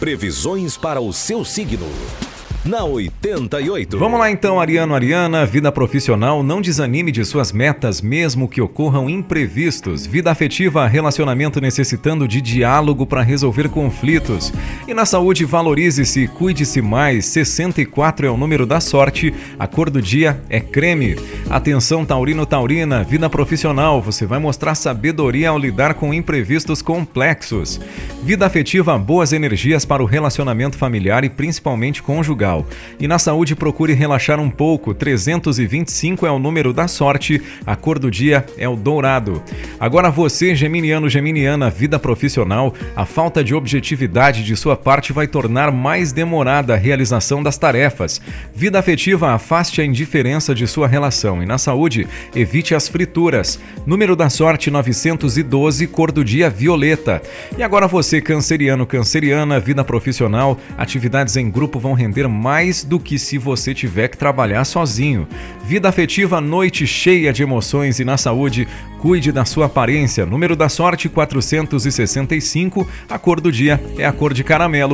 Previsões para o seu signo. Na 88. Vamos lá então, Ariano, Ariana, vida profissional, não desanime de suas metas, mesmo que ocorram imprevistos. Vida afetiva, relacionamento necessitando de diálogo para resolver conflitos. E na saúde, valorize-se, cuide-se mais. 64 é o número da sorte, a cor do dia é creme. Atenção, taurino, taurina, vida profissional, você vai mostrar sabedoria ao lidar com imprevistos complexos. Vida afetiva, boas energias para o relacionamento familiar e principalmente conjugal. E na saúde, procure relaxar um pouco. 325 é o número da sorte, a cor do dia é o dourado. Agora você, geminiano, geminiana, vida profissional, a falta de objetividade de sua parte vai tornar mais demorada a realização das tarefas. Vida afetiva, afaste a indiferença de sua relação. E na saúde, evite as frituras. Número da sorte 912, cor do dia violeta. E agora você, canceriano, canceriana, vida profissional, atividades em grupo vão render mais do que se você tiver que trabalhar sozinho. Vida afetiva, noite cheia de emoções. E na saúde, cuide da sua aparência. Número da sorte 465, a cor do dia é a cor de caramelo.